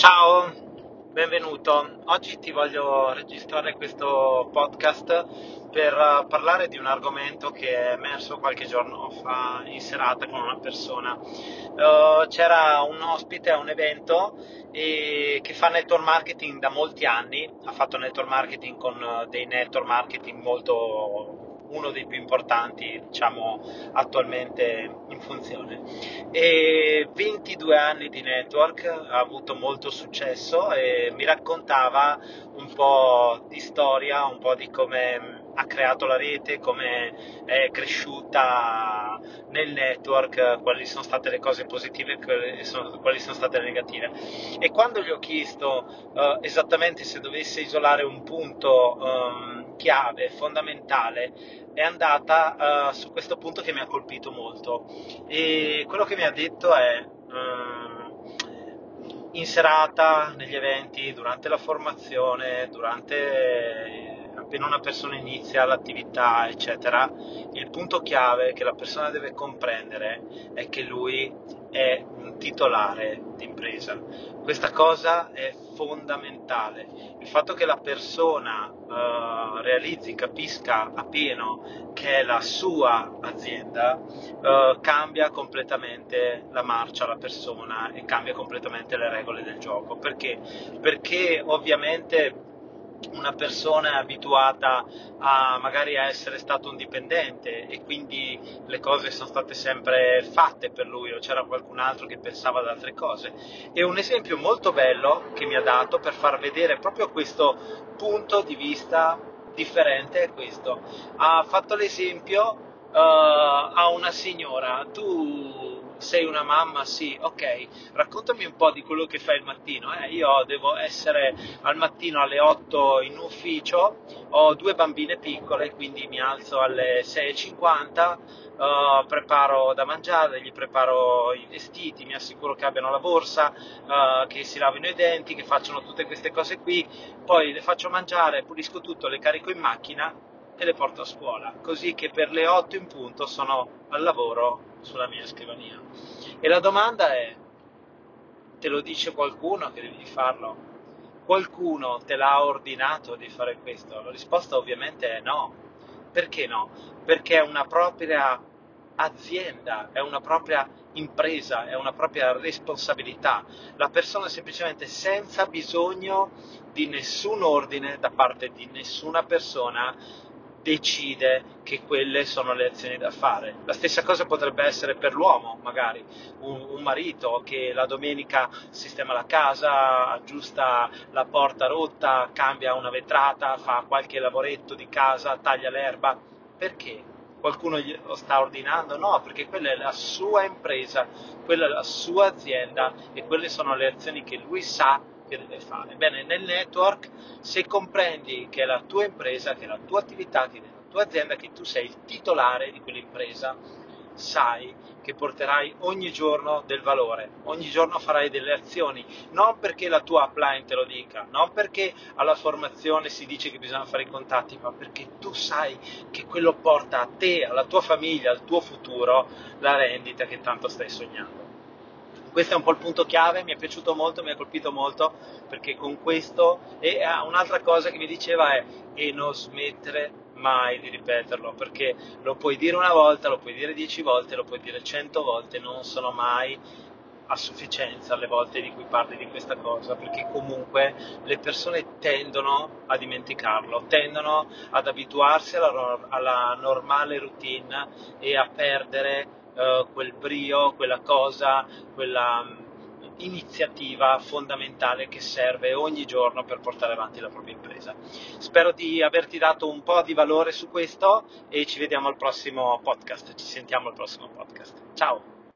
Ciao, benvenuto. Oggi ti voglio registrare questo podcast per parlare di un argomento che è emerso qualche giorno fa in serata con una persona. C'era un ospite a un evento che fa network marketing da molti anni, ha fatto network marketing con dei network marketing uno dei più importanti, diciamo, attualmente in funzione. E 22 anni di network, ha avuto molto successo e mi raccontava un po' di storia, un po' di come ha creato la rete, come è cresciuta nel network, quali sono state le cose positive e quali sono state le negative. E quando gli ho chiesto esattamente se dovesse isolare un punto chiave, fondamentale, è andata su questo punto che mi ha colpito molto. E quello che mi ha detto è in serata, negli eventi, durante la formazione, appena una persona inizia l'attività, eccetera, il punto chiave che la persona deve comprendere è che lui è un titolare d'impresa. Questa cosa è fondamentale. Il fatto che la persona realizzi, capisca appieno che è la sua azienda, cambia completamente la marcia alla persona e cambia completamente le regole del gioco. Perché? Perché ovviamente una persona è abituata magari a essere stato un dipendente e quindi le cose sono state sempre fatte per lui o c'era qualcun altro che pensava ad altre cose. E un esempio molto bello che mi ha dato per far vedere proprio questo punto di vista differente è questo. Ha fatto l'esempio a una signora: tu sei una mamma? Sì, ok, raccontami un po' di quello che fai il mattino. Io devo essere al mattino alle 8 in ufficio, ho due bambine piccole, quindi mi alzo alle 6:50, preparo da mangiare, gli preparo i vestiti, mi assicuro che abbiano la borsa, che si lavino i denti, che facciano tutte queste cose qui, poi le faccio mangiare, pulisco tutto, le carico in macchina e le porto a scuola, così che per le 8 in punto sono al lavoro sulla mia scrivania. E la domanda è: te lo dice qualcuno che devi farlo? Qualcuno te l'ha ordinato di fare questo? La risposta ovviamente è no. Perché no? Perché è una propria azienda, è una propria impresa, è una propria responsabilità. La persona semplicemente, senza bisogno di nessun ordine da parte di nessuna persona, decide che quelle sono le azioni da fare. La stessa cosa potrebbe essere per l'uomo, magari un marito che la domenica sistema la casa, aggiusta la porta rotta, cambia una vetrata, fa qualche lavoretto di casa, taglia l'erba. Perché? Qualcuno glielo sta ordinando? No, perché quella è la sua impresa, quella è la sua azienda e quelle sono le azioni che lui sa che deve fare. Bene, nel network, se comprendi che è la tua impresa, che è la tua attività, che è la tua azienda, che tu sei il titolare di quell'impresa, sai che porterai ogni giorno del valore, ogni giorno farai delle azioni, non perché la tua upline te lo dica, non perché alla formazione si dice che bisogna fare i contatti, ma perché tu sai che quello porta a te, alla tua famiglia, al tuo futuro, la rendita che tanto stai sognando. Questo è un po' il punto chiave, mi è piaciuto molto, mi ha colpito molto, perché con questo, e un'altra cosa che mi diceva è: e non smettere mai di ripeterlo, perché lo puoi dire una volta, lo puoi dire 10 volte, lo puoi dire 100 volte, non sono mai a sufficienza le volte di cui parli di questa cosa, perché comunque le persone tendono a dimenticarlo, tendono ad abituarsi alla normale routine e a perdere quel brio, quella cosa, quella iniziativa fondamentale che serve ogni giorno per portare avanti la propria impresa. Spero di averti dato un po' di valore su questo e ci vediamo al prossimo podcast, ci sentiamo al prossimo podcast. Ciao!